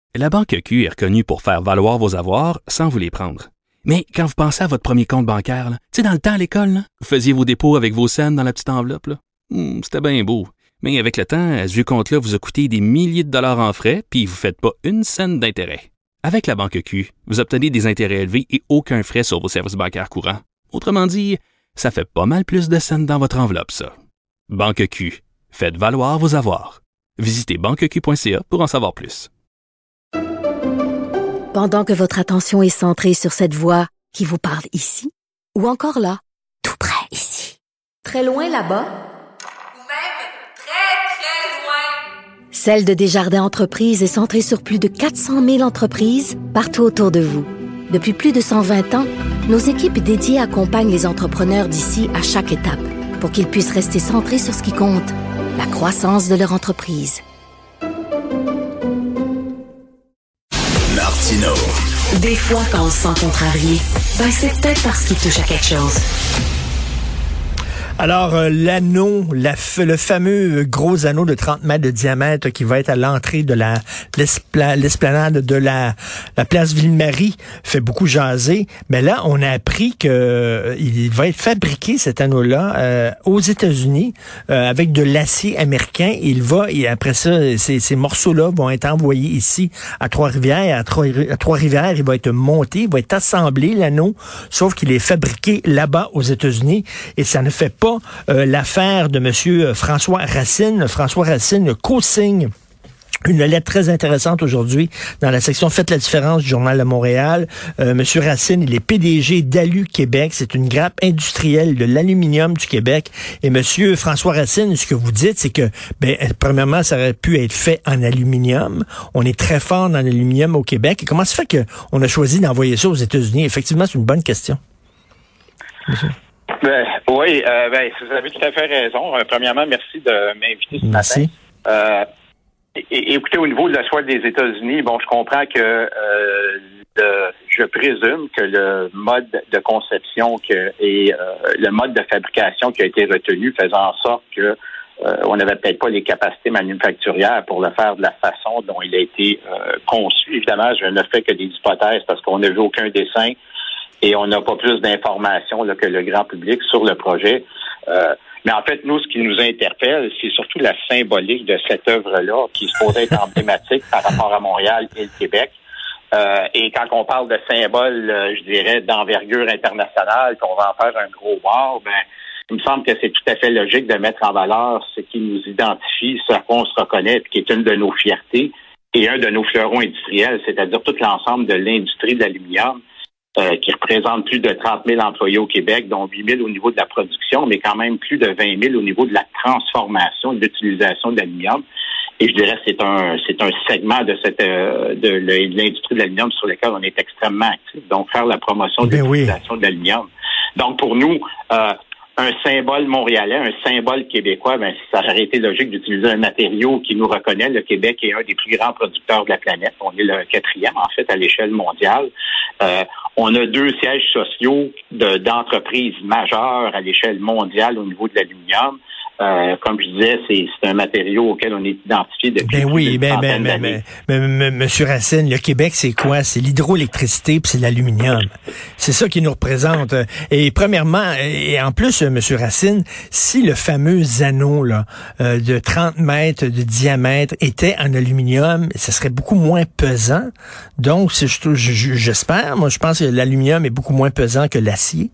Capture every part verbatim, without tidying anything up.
La Banque Q est reconnue pour faire valoir vos avoirs sans vous les prendre. Mais quand vous pensez à votre premier compte bancaire, tu sais, dans le temps à l'école, là, vous faisiez vos dépôts avec vos scènes dans la petite enveloppe. Là. Hum, c'était bien beau. Mais avec le temps, à ce vieux compte-là vous a coûté des milliers de dollars en frais, puis vous ne faites pas une scène d'intérêt. Avec la Banque Q, vous obtenez des intérêts élevés et aucun frais sur vos services bancaires courants. Autrement dit, ça fait pas mal plus de scènes dans votre enveloppe, ça. Banque Q. Faites valoir vos avoirs. Visitez banque q point c a pour en savoir plus. Pendant que votre attention est centrée sur cette voix qui vous parle ici, ou encore là, tout près ici, très loin là-bas, ou même très, très loin, Celle de Desjardins Entreprises est centrée sur plus de quatre cent mille entreprises partout autour de vous. Depuis plus de cent vingt ans, nos équipes dédiées accompagnent les entrepreneurs d'ici à chaque étape pour qu'ils puissent rester centrés sur ce qui compte, la croissance de leur entreprise. Martino. Des fois, quand on se sent contrarié, ben c'est peut-être parce qu'il touche à quelque chose. Alors, euh, l'anneau, la, le fameux gros anneau de trente mètres de diamètre qui va être à l'entrée de la l'espla, l'esplanade de la, la place Ville-Marie fait beaucoup jaser. Mais là, on a appris que euh, il va être fabriqué, cet anneau-là, euh, aux États-Unis euh, avec de l'acier américain. Il va, et après ça, ces, ces morceaux-là vont être envoyés ici à Trois-Rivières. À, Trois, à Trois-Rivières, il va être monté, il va être assemblé, l'anneau, sauf qu'il est fabriqué là-bas aux États-Unis et ça ne fait pas Euh, l'affaire de M. François Racine. François Racine co-signe une lettre très intéressante aujourd'hui dans la section Faites la différence du Journal de Montréal. Euh, Monsieur Racine, il est P D G d'Alu Québec. C'est une grappe industrielle de l'aluminium du Québec. Et Monsieur François Racine, ce que vous dites, c'est que, ben, premièrement, ça aurait pu être fait en aluminium. On est très fort dans l'aluminium au Québec. Et comment se fait qu'on a choisi d'envoyer ça aux États-Unis? Effectivement, c'est une bonne question. Monsieur. Ben, oui, euh, ben, vous avez tout à fait raison. Euh, premièrement, merci de m'inviter ce merci. matin. Euh, et, écoutez, au niveau de la choix des États-Unis, bon, je comprends que euh, le, je présume que le mode de conception que, et euh, le mode de fabrication qui a été retenu faisant en sorte que euh, on n'avait peut-être pas les capacités manufacturières pour le faire de la façon dont il a été euh, conçu. Évidemment, je ne fais que des hypothèses parce qu'on n'a vu aucun dessin. Et on n'a pas plus d'informations là, que le grand public sur le projet. Euh, mais en fait, nous, ce qui nous interpelle, c'est surtout la symbolique de cette œuvre-là, qui se pourrait être emblématique par rapport à Montréal et le Québec. Euh, et quand on parle de symbole, euh, je dirais, d'envergure internationale, qu'on va en faire un gros war, ben, il me semble que c'est tout à fait logique de mettre en valeur ce qui nous identifie, ce qu'on se reconnaît, qui est une de nos fiertés et un de nos fleurons industriels, c'est-à-dire tout l'ensemble de l'industrie de l'aluminium. Euh, qui représente plus de trente mille employés au Québec, dont huit mille au niveau de la production, mais quand même plus de vingt mille au niveau de la transformation, de l'utilisation de l'aluminium. Et je dirais que c'est un c'est un segment de cette euh, de l'industrie de l'aluminium sur lequel on est extrêmement actif. Donc, faire la promotion de ben l'utilisation oui. de l'aluminium. Donc, pour nous, euh, un symbole montréalais, un symbole québécois, ben, ça aurait été logique d'utiliser un matériau qui nous reconnaît. Le Québec est un des plus grands producteurs de la planète. On est le quatrième, en fait, à l'échelle mondiale. Euh, on a deux sièges sociaux de, d'entreprises majeures à l'échelle mondiale au niveau de l'aluminium. Euh, comme je disais, c'est, c'est un matériau auquel on est identifié depuis ben oui, une ben, centaine ben, d'années. Ben, ben, ben, Monsieur Racine, le Québec, c'est quoi? C'est l'hydroélectricité puis c'est l'aluminium. C'est ça qui nous représente. Et premièrement, et en plus, Monsieur Racine, si le fameux anneau là, euh, de trente mètres de diamètre était en aluminium, ça serait beaucoup moins pesant. Donc, c'est, j'espère, moi je pense que l'aluminium est beaucoup moins pesant que l'acier.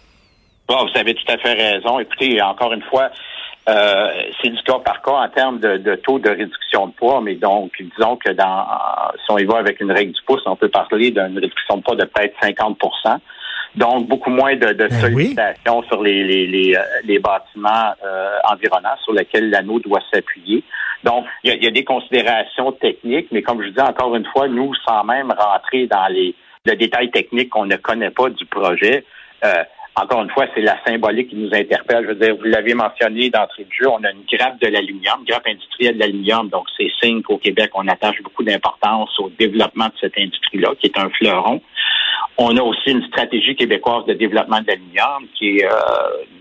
Bon, vous avez tout à fait raison. Écoutez, encore une fois, Euh, c'est du cas par cas en termes de, de taux de réduction de poids, mais donc, disons que dans si on y va avec une règle du pouce, on peut parler d'une réduction de poids de peut-être cinquante pour cent. Donc, beaucoup moins de, de ben sollicitation oui. sur les, les, les, les bâtiments euh, environnants sur lesquels l'anneau doit s'appuyer. Donc, il y a, y a des considérations techniques, mais comme je dis encore une fois, nous, sans même rentrer dans les le détail technique qu'on ne connaît pas du projet, euh, encore une fois, c'est la symbolique qui nous interpelle. Je veux dire, vous l'avez mentionné d'entrée de jeu, on a une grappe de l'aluminium, une grappe industrielle de l'aluminium. Donc, c'est signe qu'au Québec, on attache beaucoup d'importance au développement de cette industrie-là, qui est un fleuron. On a aussi une stratégie québécoise de développement de l'aluminium qui est euh,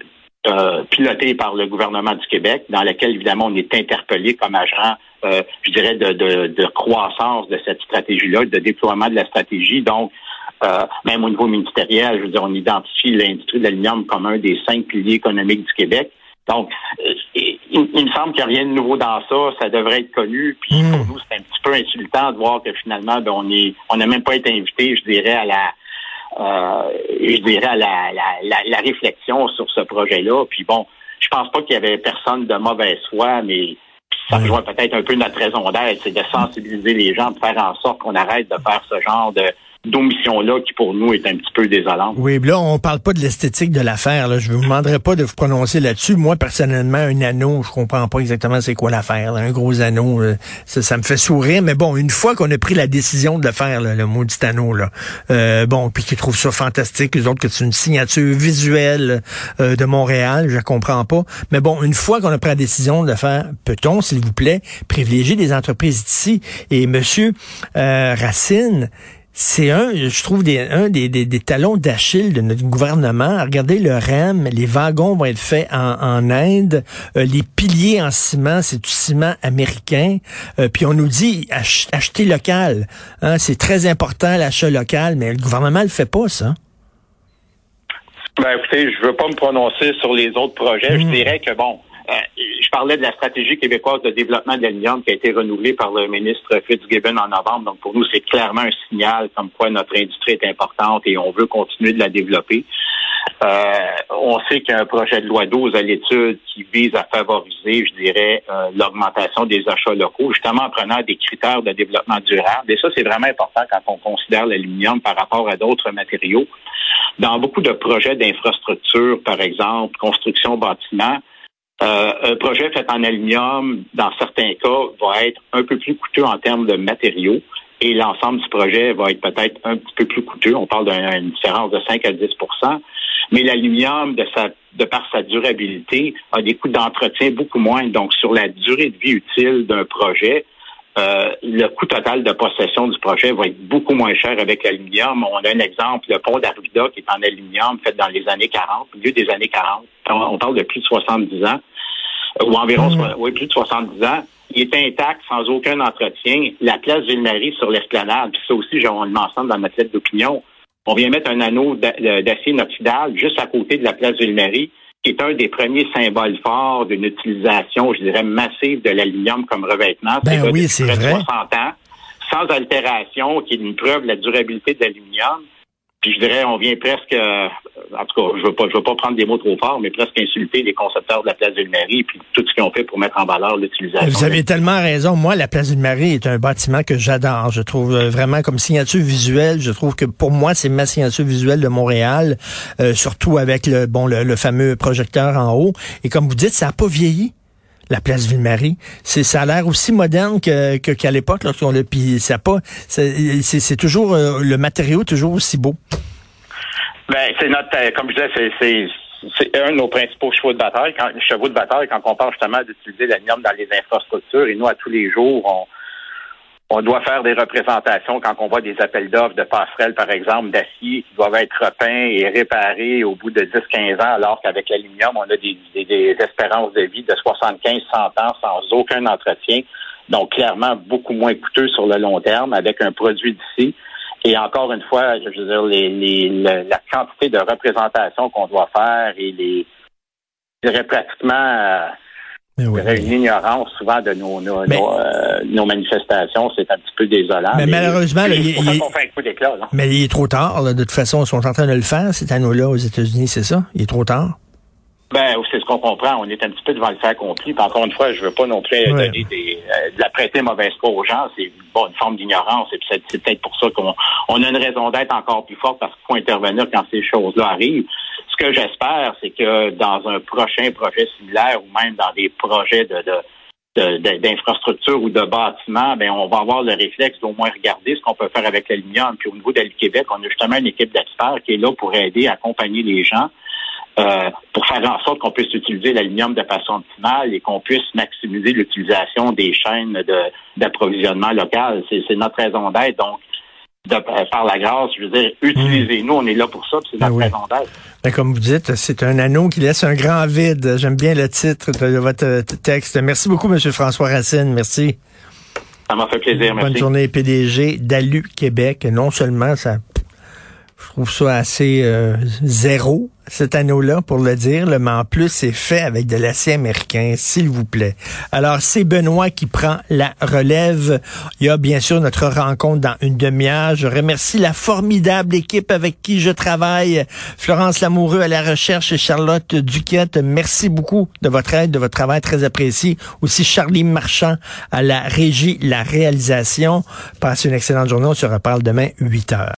euh, pilotée par le gouvernement du Québec, dans laquelle, évidemment, on est interpellé comme agent, euh, je dirais, de, de, de croissance de cette stratégie-là, de déploiement de la stratégie. Donc, euh, même au niveau ministériel, je veux dire, on identifie l'industrie de l'aluminium comme un des cinq piliers économiques du Québec. Donc, euh, il, il me semble qu'il n'y a rien de nouveau dans ça. Ça devrait être connu. Puis mmh. pour nous, c'est un petit peu insultant de voir que finalement, ben, on est, on n'a même pas été invité, je dirais, à la, euh, je dirais à la, la, la, la réflexion sur ce projet-là. Puis bon, je pense pas qu'il y avait personne de mauvaise foi, mais ça rejoint peut-être un peu notre raison d'être, c'est de sensibiliser les gens, de faire en sorte qu'on arrête de faire ce genre de d'omission-là qui, pour nous, est un petit peu désolante. Oui, là, on parle pas de l'esthétique de l'affaire. Là. Je ne vous demanderai pas de vous prononcer là-dessus. Moi, personnellement, un anneau, je comprends pas exactement c'est quoi l'affaire. Là. Un gros anneau, ça, ça me fait sourire. Mais bon, une fois qu'on a pris la décision de le faire, là, le maudit anneau, là, euh, bon, puis qu'ils trouvent ça fantastique, les autres, que c'est une signature visuelle euh, de Montréal, je comprends pas. Mais bon, une fois qu'on a pris la décision de le faire, peut-on, s'il vous plaît, privilégier des entreprises d'ici? Et monsieur euh, Racine, c'est un, je trouve, des, un des, des, des talons d'Achille de notre gouvernement. Regardez le R E M, les wagons vont être faits en, en Inde, euh, les piliers en ciment, c'est du ciment américain. Euh, puis on nous dit ach, acheter local. Hein, c'est très important l'achat local, mais le gouvernement le fait pas, ça. Ben écoutez, je veux pas me prononcer sur les autres projets. Mmh. Je dirais que bon. Euh, je parlais de la stratégie québécoise de développement de l'aluminium qui a été renouvelée par le ministre Fitzgibbon en novembre. Donc, pour nous, c'est clairement un signal comme quoi notre industrie est importante et on veut continuer de la développer. Euh, on sait qu'il y a un projet de loi douze à l'étude qui vise à favoriser, je dirais, euh, l'augmentation des achats locaux, justement en prenant des critères de développement durable. Et ça, c'est vraiment important quand on considère l'aluminium par rapport à d'autres matériaux. Dans beaucoup de projets d'infrastructure, par exemple, construction, bâtiment, Euh, un projet fait en aluminium, dans certains cas, va être un peu plus coûteux en termes de matériaux et l'ensemble du projet va être peut-être un petit peu plus coûteux. On parle d'une différence de cinq à dix pour cent. Mais l'aluminium, de, sa, de par sa durabilité, a des coûts d'entretien beaucoup moins. Donc, sur la durée de vie utile d'un projet, euh, le coût total de possession du projet va être beaucoup moins cher avec l'aluminium. On a un exemple, le pont d'Arvida qui est en aluminium, fait dans les années quarante, au milieu des années quarante. On parle de plus de soixante-dix ans. Ou environ mmh. oui, plus de soixante-dix ans. Il est intact, sans aucun entretien. La place Ville-Marie sur l'esplanade, puis ça aussi, on le mentionne dans notre lettre d'opinion, on vient mettre un anneau d'acier inoxydable juste à côté de la place Ville-Marie, qui est un des premiers symboles forts d'une utilisation, je dirais, massive de l'aluminium comme revêtement. Ben c'est oui, c'est vrai. soixante ans, sans altération, qui est une preuve de la durabilité de l'aluminium. Puis je dirais, on vient presque, euh, en tout cas, je veux pas, je veux pas prendre des mots trop forts, mais presque insulter les concepteurs de la place Ville-Marie et puis tout ce qu'ils ont fait pour mettre en valeur l'utilisation. Vous avez tellement raison. Moi, la place Ville-Marie est un bâtiment que j'adore. Je trouve vraiment comme signature visuelle. Je trouve que pour moi, c'est ma signature visuelle de Montréal, euh, surtout avec le bon le, le fameux projecteur en haut. Et comme vous dites, ça n'a pas vieilli. La place Ville-Marie, c'est ça a l'air aussi moderne que, que qu'à l'époque lorsqu'on l'a. Puis ça pas, c'est, c'est, c'est toujours euh, le matériau est toujours aussi beau. Ben c'est notre, euh, comme je disais, c'est, c'est c'est un de nos principaux chevaux de bataille, quand, chevaux de bataille quand on parle justement d'utiliser l'aluminium dans les infrastructures. Et nous, à tous les jours, on on doit faire des représentations quand on voit des appels d'offres de passerelles, par exemple, d'acier qui doivent être repeints et réparés au bout de dix à quinze ans, alors qu'avec l'aluminium, on a des, des, des espérances de vie de soixante-quinze à cent ans sans aucun entretien. Donc, clairement, beaucoup moins coûteux sur le long terme avec un produit d'ici. Et encore une fois, je veux dire, les, les, la, la quantité de représentation qu'on doit faire et les, je dirais pratiquement... Euh, Il y aurait une ignorance souvent de nos, nos, mais, nos, euh, nos manifestations. C'est un petit peu désolant. Mais, mais malheureusement, là, il, il, il, fait un coup d'éclat, là. Mais il est trop tard. Là. De toute façon, ils sont en train de le faire, cet anneau-là, aux États-Unis, c'est ça? Il est trop tard? Ben, c'est ce qu'on comprend. On est un petit peu devant le fait accompli. Puis encore une fois, je veux pas non plus ouais. donner des, euh, de la prêter mauvaise foi aux gens. C'est bon, une forme d'ignorance. Et puis c'est, c'est peut-être pour ça qu'on on a une raison d'être encore plus forte parce qu'il faut intervenir quand ces choses-là arrivent. Ce que j'espère, c'est que dans un prochain projet similaire ou même dans des projets de, de, de, de d'infrastructure ou de bâtiments, ben on va avoir le réflexe d'au moins regarder ce qu'on peut faire avec l'aluminium. Puis au niveau d'Ali-Québec, on a justement une équipe d'experts qui est là pour aider, accompagner les gens euh, pour faire en sorte qu'on puisse utiliser l'aluminium de façon optimale et qu'on puisse maximiser l'utilisation des chaînes de, d'approvisionnement local. C'est, c'est notre raison d'être. Donc, de, par la grâce, je veux dire, utilisez-nous, on est là pour ça, puis c'est notre oui. raison d'être. Ben, comme vous dites, c'est un anneau qui laisse un grand vide. J'aime bien le titre de votre texte. Merci beaucoup, M. François Racine. Merci. Ça m'a fait plaisir, merci. Bonne journée, P D G d'Alu Québec. Non seulement ça, je trouve ça assez euh, zéro, cet anneau-là, pour le dire, là, mais en plus, c'est fait avec de l'acier américain, s'il vous plaît. Alors, c'est Benoît qui prend la relève. Il y a bien sûr notre rencontre dans une demi-heure. Je remercie la formidable équipe avec qui je travaille. Florence Lamoureux à la recherche et Charlotte Duquette. Merci beaucoup de votre aide, de votre travail très apprécié. Aussi Charlie Marchand à la régie, la réalisation. Passez une excellente journée. On se reparle demain, huit heures.